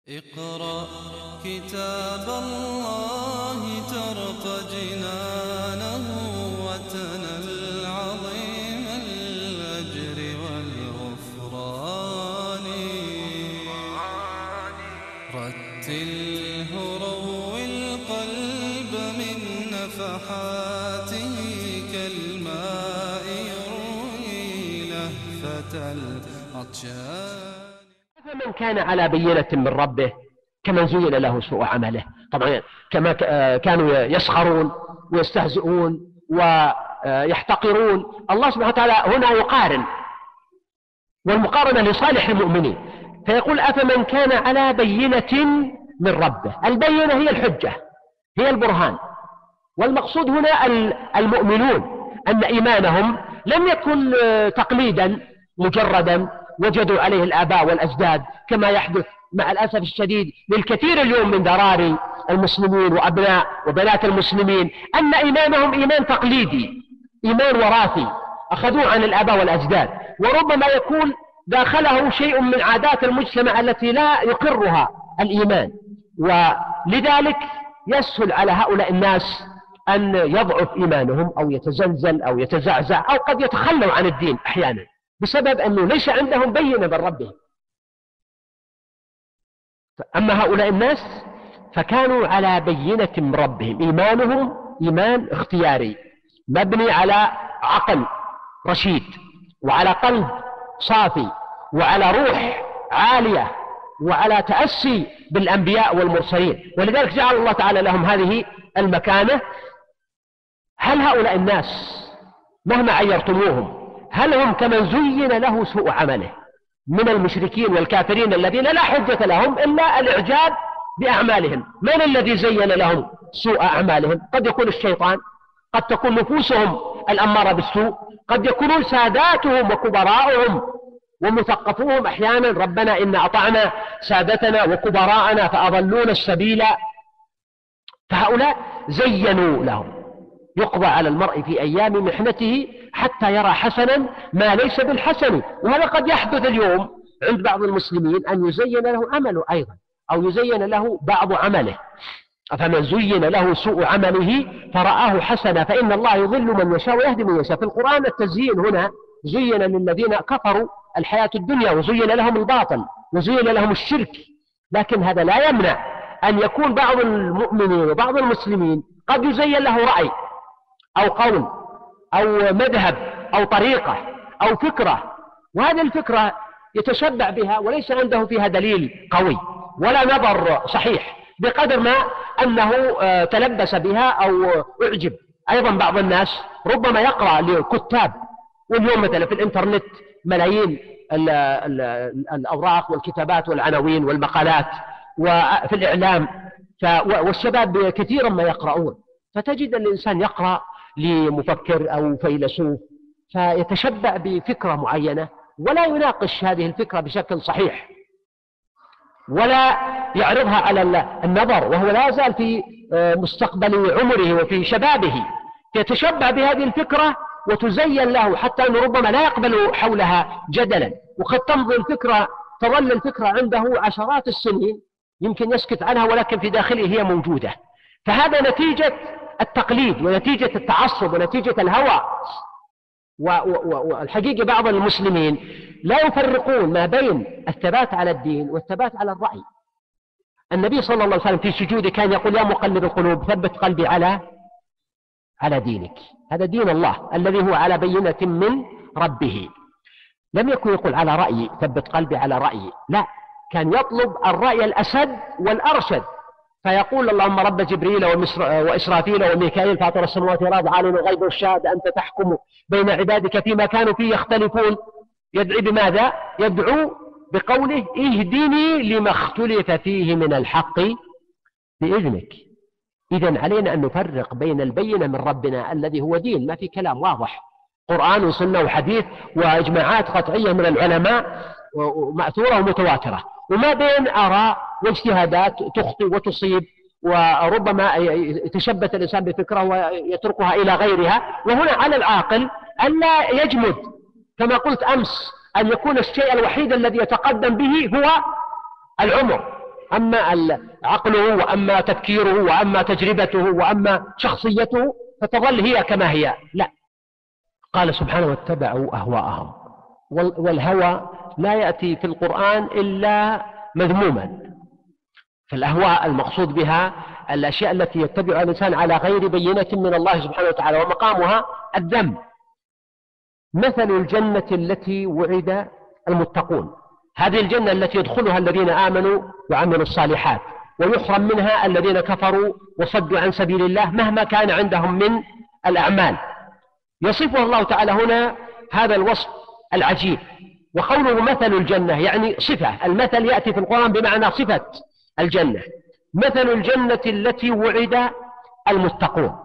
اقرأ كتاب الله ترق جنانه وتنل عظيم الأجر والغفران. رتله روي القلب من نفحاته كالماء يروي لهفة العطشان. من كان على بينة من ربه كمن زين له سوء عمله. طبعا كما كانوا يسخرون ويستهزئون ويحتقرون، الله سبحانه وتعالى هنا يقارن، والمقارنة لصالح المؤمنين، فيقول أفمن كان على بينة من ربه. البينة هي الحجة، هي البرهان، والمقصود هنا المؤمنون، أن إيمانهم لم يكن تقليدا مجردا وجدوا عليه الآباء والأجداد كما يحدث مع الأسف الشديد للكثير اليوم من ذراري المسلمين وأبناء وبنات المسلمين، أن إيمانهم إيمان تقليدي، إيمان وراثي أخذوه عن الآباء والأجداد، وربما يكون داخله شيء من عادات المجتمع التي لا يقرها الإيمان، ولذلك يسهل على هؤلاء الناس أن يضعف إيمانهم أو يتزلزل أو يتزعزع أو قد يتخلوا عن الدين أحيانا بسبب أنه ليس عندهم بينة من ربهم. أما هؤلاء الناس فكانوا على بينة من ربهم، إيمانهم إيمان اختياري مبني على عقل رشيد وعلى قلب صافي وعلى روح عالية وعلى تأسي بالأنبياء والمرسلين، ولذلك جعل الله تعالى لهم هذه المكانة. هل هؤلاء الناس مهما عيرتموهم هل هم كمن زين له سوء عمله من المشركين والكافرين الذين لا حجة لهم إلا الإعجاب بأعمالهم؟ من الذي زين لهم سوء أعمالهم؟ قد يكون الشيطان، قد تكون نفوسهم الأمارة بالسوء، قد يكونون ساداتهم وكبراءهم ومثقفوهم أحيانا، ربنا إن أطعنا سادتنا وكبراءنا فأضلونا السبيل. فهؤلاء زينوا لهم. يقضى على المرء في أيام محنته حتى يرى حسنا ما ليس بالحسن، وهذا قد يحدث اليوم عند بعض المسلمين أن يزين له عمله أيضا أو يزين له بعض عمله. فمن زين له سوء عمله فرآه حسنا فإن الله يضل من يشاء ويهدي من يشاء. في القرآن التزيين هنا زين للذين كفروا الحياة الدنيا وزين لهم الباطل وزين لهم الشرك، لكن هذا لا يمنع أن يكون بعض المؤمنين وبعض المسلمين قد يزين له رأي أو قول أو مذهب أو طريقة أو فكرة، وهذه الفكرة يتشبع بها وليس عنده فيها دليل قوي ولا نظر صحيح، بقدر ما أنه تلبس بها أو أعجب. أيضا بعض الناس ربما يقرأ لكتاب، واليوم مثلا في الإنترنت ملايين الأوراق والكتابات والعناوين والمقالات، وفي الإعلام والشباب كثيرا ما يقرؤون، فتجد الإنسان يقرأ لمفكر أو فيلسوف فيتشبع بفكرة معينة ولا يناقش هذه الفكرة بشكل صحيح ولا يعرضها على النظر، وهو لا يزال في مستقبل عمره وفي شبابه، يتشبع بهذه الفكرة وتزين له حتى أنه ربما لا يقبل حولها جدلا، وقد تمضي الفكرة، تظل الفكرة عنده عشرات السنين يمكن يسكت عنها ولكن في داخله هي موجودة. فهذا نتيجة التقليد ونتيجة التعصب ونتيجة الهوى. والحقيقة بعض المسلمين لا يفرقون ما بين الثبات على الدين والثبات على الرأي. النبي صلى الله عليه وسلم في سجوده كان يقول يا مقلب القلوب ثبت قلبي على دينك. هذا دين الله الذي هو على بينة من ربه. لم يكن يقول على رأيي ثبت قلبي على رأيي، لا، كان يطلب الرأي الأسد والأرشد، فيقول اللهم رب جبريل وإسرافيل وميكائيل فاطر السماوات والأرض عالم الغيب والشهادة أنت تحكم بين عبادك فيما كانوا فيه يختلفون. يدعي بماذا؟ يدعو بقوله اهدني لما اختلف فيه من الحق بإذنك. إذن علينا أن نفرق بين البينة من ربنا الذي هو دين، ما في كلام واضح، قرآن وسنة وحديث وإجماعات قطعية من العلماء ومأثورة ومتواترة، وما بين آراء واجتهادات تخطئ وتصيب، وربما يتشبث الإنسان بفكرة ويتركها إلى غيرها. وهنا على العاقل أن لا يجمد كما قلت أمس، أن يكون الشيء الوحيد الذي يتقدم به هو العمر، أما عقله وأما تفكيره وأما تجربته وأما شخصيته فتظل هي كما هي. لا، قال سبحانه واتبعوا أهواءهم، والهوى لا يأتي في القرآن إلا مذموما. فالأهواء المقصود بها الأشياء التي يتبعها الإنسان على غير بينة من الله سبحانه وتعالى، ومقامها الذم. مثل الجنة التي وعد المتقون، هذه الجنة التي يدخلها الذين آمنوا وعملوا الصالحات، ويحرم منها الذين كفروا وصدوا عن سبيل الله مهما كان عندهم من الأعمال. يصفها الله تعالى هنا هذا الوصف العجيب، وقوله مثل الجنة يعني صفة، المثل يأتي في القرآن بمعنى صفة الجنة. مثل الجنة التي وعد المتقون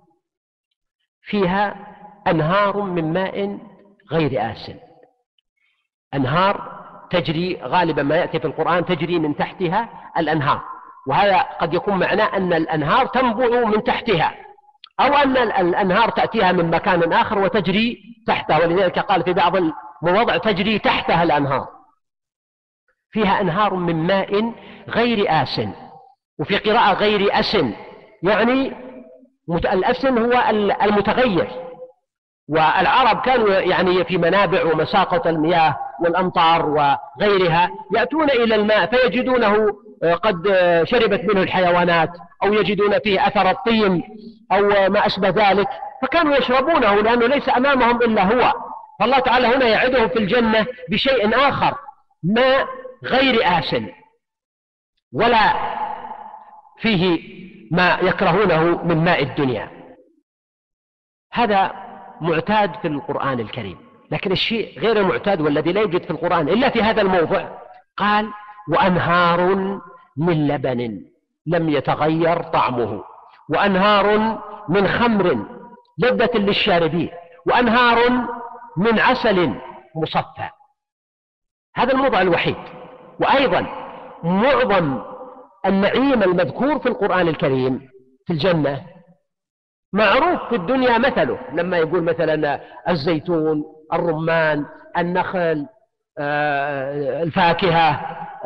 فيها أنهار من ماء غير آسن. أنهار تجري، غالبا ما يأتي في القرآن تجري من تحتها الأنهار، وهذا قد يكون معناه أن الأنهار تنبع من تحتها، أو أن الأنهار تأتيها من مكان آخر وتجري تحتها، ولذلك قال في بعض المواضع تجري تحتها الأنهار. فيها أنهار من ماء غير آسن، وفي قراءة غير أسن، يعني الأسن هو المتغير. والعرب كانوا يعني في منابع ومساقط المياه والأمطار وغيرها يأتون إلى الماء فيجدونه قد شربت منه الحيوانات، أو يجدون فيه أثر الطين أو ما أشبه ذلك، فكانوا يشربونه لأنه ليس أمامهم إلا هو. فالله تعالى هنا يعدهم في الجنة بشيء آخر، ماء غير آسن ولا فيه ما يكرهونه من ماء الدنيا. هذا معتاد في القرآن الكريم، لكن الشيء غير المعتاد والذي لا يوجد في القرآن إلا في هذا الموضع، قال وأنهار من لبن لم يتغير طعمه، وأنهار من خمر لذة للشاربين، وأنهار من عسل مصفى. هذا الموضع الوحيد. وأيضا معظم النعيم المذكور في القرآن الكريم في الجنة معروف في الدنيا مثله، لما يقول مثلا الزيتون، الرمان، النخل، الفاكهة،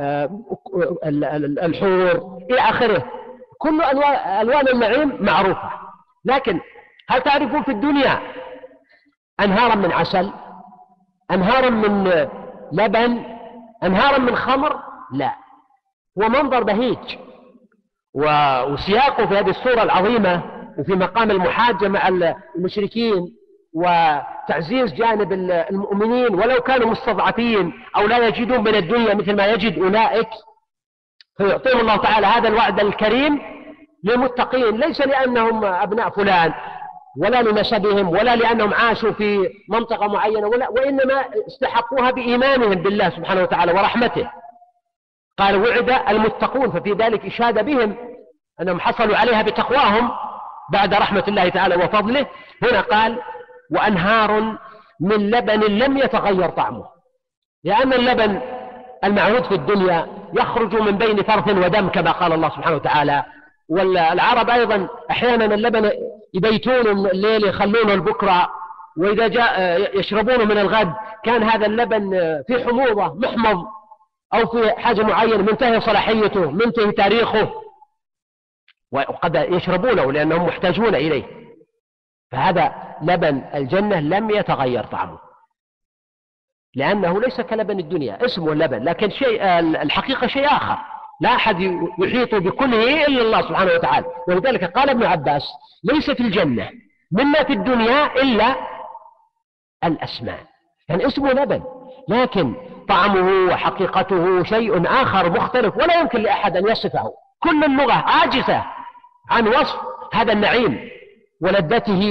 الحور إلى آخره، كل ألوان النعيم معروفة. لكن هل تعرفون في الدنيا أنهارا من عسل، أنهارا من لبن، أنهارا من خمر؟ لا. ومنظر بهيج وسياقه في هذه السورة العظيمة، وفي مقام المحاجة مع المشركين وتعزيز جانب المؤمنين ولو كانوا مستضعفين أو لا يجدون من الدنيا مثل ما يجد أولئك، فيعطيهم الله تعالى هذا الوعد الكريم للمتقين، ليس لأنهم أبناء فلان ولا لنسبهم ولا لأنهم عاشوا في منطقة معينة، وإنما استحقوها بإيمانهم بالله سبحانه وتعالى ورحمته. قال وعد المتقون، ففي ذلك إشادة بهم أنهم حصلوا عليها بتقواهم بعد رحمة الله تعالى وفضله. هنا قال وأنهار من لبن لم يتغير طعمه، لأن اللبن المعروض في الدنيا يخرج من بين فرث ودم كما قال الله سبحانه وتعالى. والعرب أيضا أحيانا اللبن يبيتون الليل يخلونه البكرة، وإذا جاء يشربونه من الغد كان هذا اللبن في حموضة محمض أو في حاجة معينة منتهي صلاحيته منتهي تاريخه، وقد يشربونه لأنهم محتاجون إليه. فهذا لبن الجنة لم يتغير طعمه، لأنه ليس كلبن الدنيا، اسمه لبن لكن شيء الحقيقة شيء آخر، لا أحد يحيط بكله إلا الله سبحانه وتعالى. ولذلك قال ابن عباس ليس في الجنة مما في الدنيا إلا الأسماء، يعني اسمه لبن لكن طعمه وحقيقته شيء آخر مختلف، ولا يمكن لأحد أن يصفه. كل اللغة عاجزة عن وصف هذا النعيم ولذته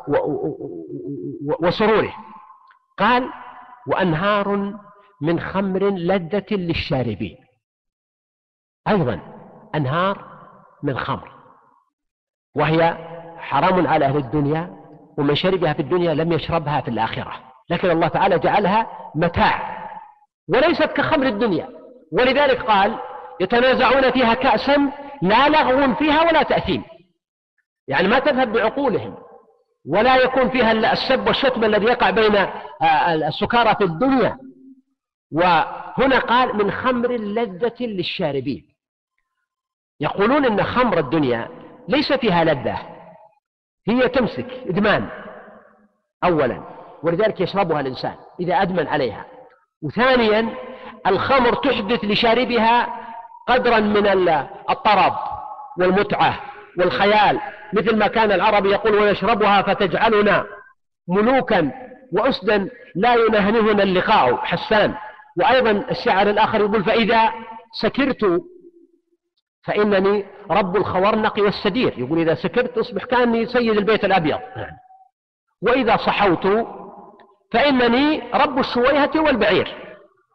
وسروره. قال وأنهار من خمر لذة للشاربين، أيضا أنهار من خمر وهي حرام على أهل الدنيا، ومن شربها في الدنيا لم يشربها في الآخرة، لكن الله تعالى جعلها متاع وليست كخمر الدنيا. ولذلك قال يتنازعون فيها كأسا لا لغو فيها ولا تأثيم، يعني ما تذهب بعقولهم ولا يكون فيها السب والشتم الذي يقع بين السكارى في الدنيا. وهنا قال من خمر لذة للشاربين، يقولون إن خمر الدنيا ليس فيها لذة، هي تمسك إدمان أولا، ولذلك يشربها الإنسان إذا أدمن عليها. وثانيا الخمر تحدث لشاربها قدرا من الطرب والمتعة والخيال، مثل ما كان العرب يقول ونشربها فتجعلنا ملوكا وأسدا لا ينهنهنا اللقاء حسان. وأيضا الشاعر الآخر يقول فإذا سكرت فإنني رب الخورنق والسدير، يقول إذا سكرت أصبح كأني سيد البيت الأبيض، وإذا صحوت فإنني رب الشويهة والبعير.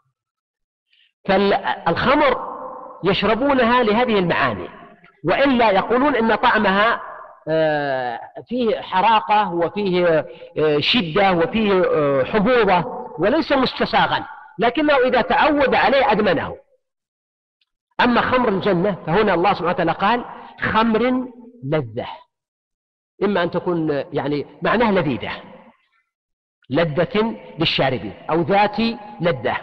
فالخمر يشربونها لهذه المعاني، وإلا يقولون إن طعمها فيه حراقة وفيه شدة وفيه حموضة وليس مستساغا، لكنه إذا تعود عليه أدمنه. أما خمر الجنة فهنا الله سبحانه وتعالى قال خمر لذة، إما أن تكون يعني معناه لذيذة، لذة للشاربين أو ذات لذة.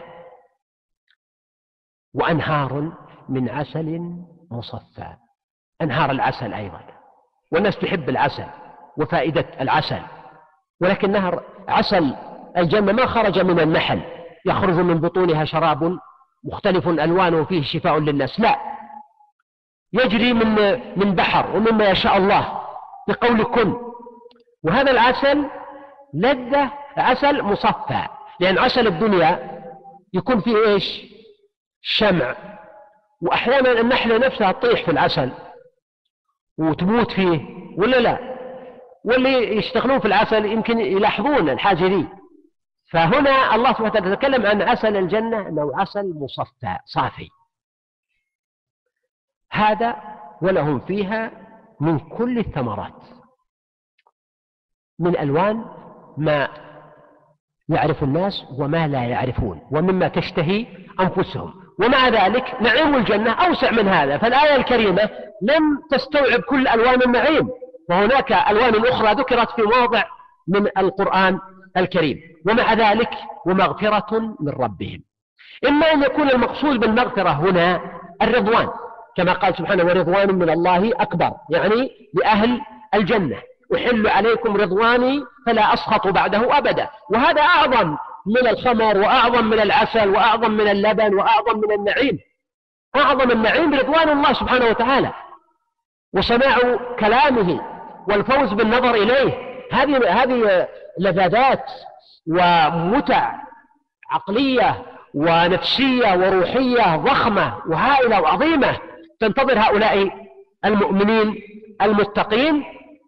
وأنهار من عسل مصفى، أنهار العسل أيضا، والناس تحب العسل وفائدة العسل، ولكن نهر عسل الجنة ما خرج من النحل يخرج من بطونها شراب مختلف ألوانه فيه شفاء للناس، لا، يجري من بحر ومما يشاء الله بقول كن. وهذا العسل لذة عسل مصفى، لأن عسل الدنيا يكون فيه إيش؟ شمع، وأحيانا النحلة نفسها تطيح في العسل وتموت فيه ولا لا، واللي يشتغلون في العسل يمكن يلاحظون الحاجة دي. فهنا الله سبحانه وتعالى يتكلم عن عسل الجنة أنه عسل مصفى صافي. هذا ولهم فيها من كل الثمرات، من ألوان ما يعرف الناس وما لا يعرفون، ومما تشتهي أنفسهم. ومع ذلك نعيم الجنة أوسع من هذا، فالآية الكريمة لم تستوعب كل ألوان النعيم، وهناك ألوان أخرى ذكرت في موضع من القرآن الكريم. ومع ذلك ومغفرة من ربهم، إما أن يكون المقصود بالمغفرة هنا الرضوان، كما قال سبحانه ورضوان من الله أكبر، يعني لأهل الجنة أحل عليكم رضواني فلا أسخط بعده أبدا. وهذا أعظم من الخمر وأعظم من العسل وأعظم من اللبن وأعظم من النعيم. أعظم النعيم رضوان الله سبحانه وتعالى وسماع كلامه والفوز بالنظر إليه. هذه لذات ومتع عقلية ونفسية وروحية ضخمة وهائلة وعظيمة تنتظر هؤلاء المؤمنين المتقين،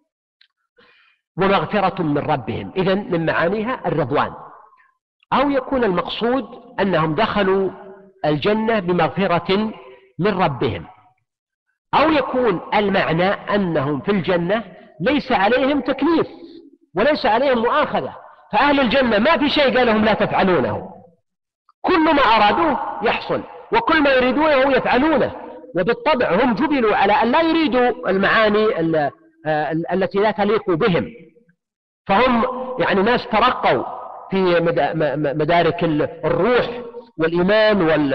ومغفرة من ربهم. إذن من معانيها الرضوان، أو يكون المقصود أنهم دخلوا الجنة بمغفرة من ربهم، أو يكون المعنى أنهم في الجنة ليس عليهم تكليف وليس عليهم مؤاخذة، فأهل الجنة ما في شيء قال لهم لا تفعلونه، كل ما أرادوه يحصل وكل ما يريدونه يفعلونه. وبالطبع هم جبلوا على أن لا يريدوا المعاني التي لا تليق بهم، فهم يعني ناس ترقوا في مدارك الروح والإيمان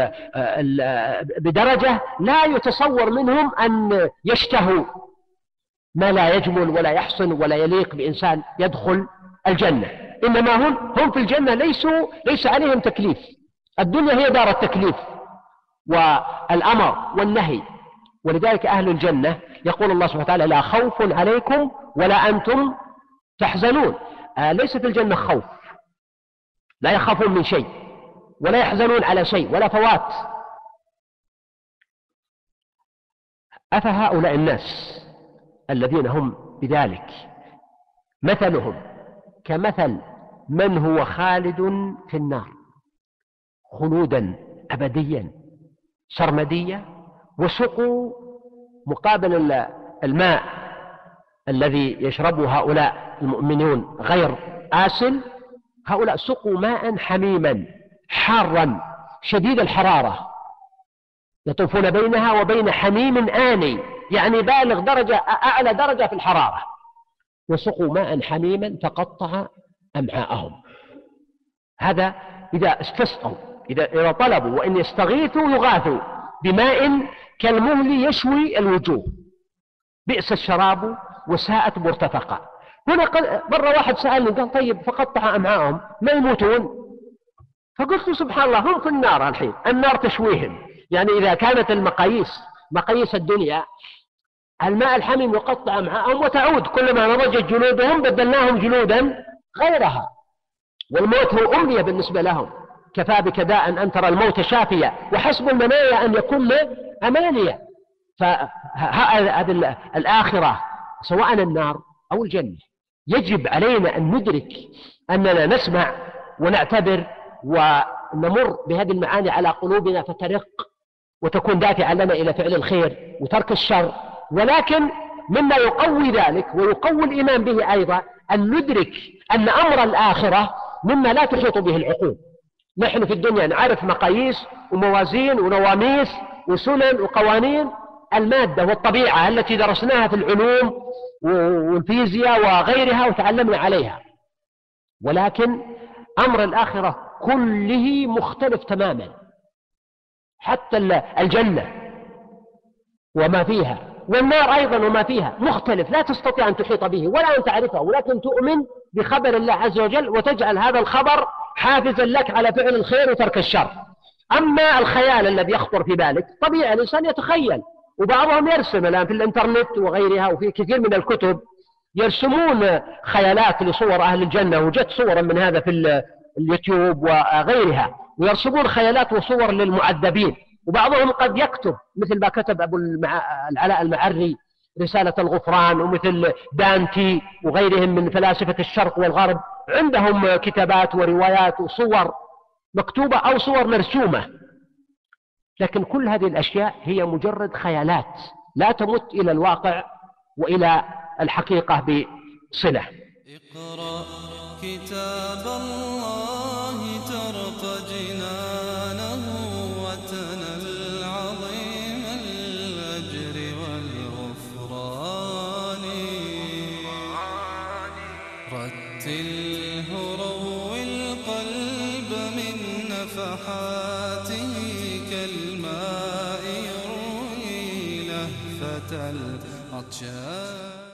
بدرجة لا يتصور منهم أن يشتهوا ما لا يجمل ولا يحسن ولا يليق بإنسان يدخل الجنة. إنما هم في الجنة ليس عليهم تكليف. الدنيا هي دار التكليف والأمر والنهي، ولذلك أهل الجنة يقول الله سبحانه وتعالى لا خوف عليكم ولا أنتم تحزنون. ليس في الجنة خوف، لا يخافون من شيء ولا يحزنون على شيء ولا فوات. أفهؤلاء الناس الذين هم بذلك مثلهم كمثل من هو خالد في النار خلودا أبديا سرمديا، وسقوا مقابل الماء الذي يشربه هؤلاء المؤمنون غير آسن، هؤلاء سقوا ماء حميما حارا شديد الحرارة يطوفون بينها وبين حميم آني، يعني بالغ درجة أعلى درجة في الحرارة، وسقوا ماء حميما فقطع أمعاءهم. هذا إذا استسقوا، إذا طلبوا وإن يستغيثوا يغاثوا بماء كالمهل يشوي الوجوه، بئس الشراب وساءت مرتفقا. هنا مرة واحد سألني قال طيب فقطع أمعاءهم ما يموتون؟ فقلت له سبحان الله هم في النار الحين، النار تشويهم. يعني إذا كانت مقاييس الدنيا الماء الحميم يقطع أمعاءهم وتعود كلما نضجت جلودهم بدلناهم جلودا غيرها، والموت هو أمنية بالنسبة لهم. كفى بك داء أن ترى الموت شافيا وحسب المنايا أن يكون أمانية. فهذه الآخرة سواء النار أو الجنة يجب علينا أن ندرك أننا نسمع ونعتبر ونمر بهذه المعاني على قلوبنا فترق وتكون دافعا لنا إلى فعل الخير وترك الشر. ولكن مما يقوي ذلك ويقوي الإيمان به أيضا أن ندرك أن أمر الآخرة مما لا تحيط به العقول. نحن في الدنيا نعرف مقاييس وموازين ونواميس وسنن وقوانين المادة والطبيعة التي درسناها في العلوم والفيزياء وغيرها وتعلمنا عليها، ولكن أمر الآخرة كله مختلف تماما. حتى الجنة وما فيها والنار أيضا وما فيها مختلف، لا تستطيع أن تحيط به ولا أن تعرفه، ولكن تؤمن بخبر الله عز وجل وتجعل هذا الخبر حافزا لك على فعل الخير وترك الشر. أما الخيال الذي يخطر في بالك طبيعي الإنسان يتخيل، وبعضهم يرسم الآن في الإنترنت وغيرها وفي كثير من الكتب يرسمون خيالات لصور أهل الجنة، وجدت صورا من هذا في اليوتيوب وغيرها، ويرسمون خيالات وصور للمعذبين. وبعضهم قد يكتب مثل ما كتب أبو العلاء المعري رسالة الغفران، ومثل دانتي وغيرهم من فلاسفة الشرق والغرب عندهم كتابات وروايات وصور مكتوبة أو صور مرسومة. لكن كل هذه الأشياء هي مجرد خيالات لا تمت إلى الواقع وإلى الحقيقة بصلة. اقرأ كتاب الله ترق جنانه وتنل عظيم الأجر والغفران. رتله روي القلب من نفحاته كالماء يروي لهفة العطشان.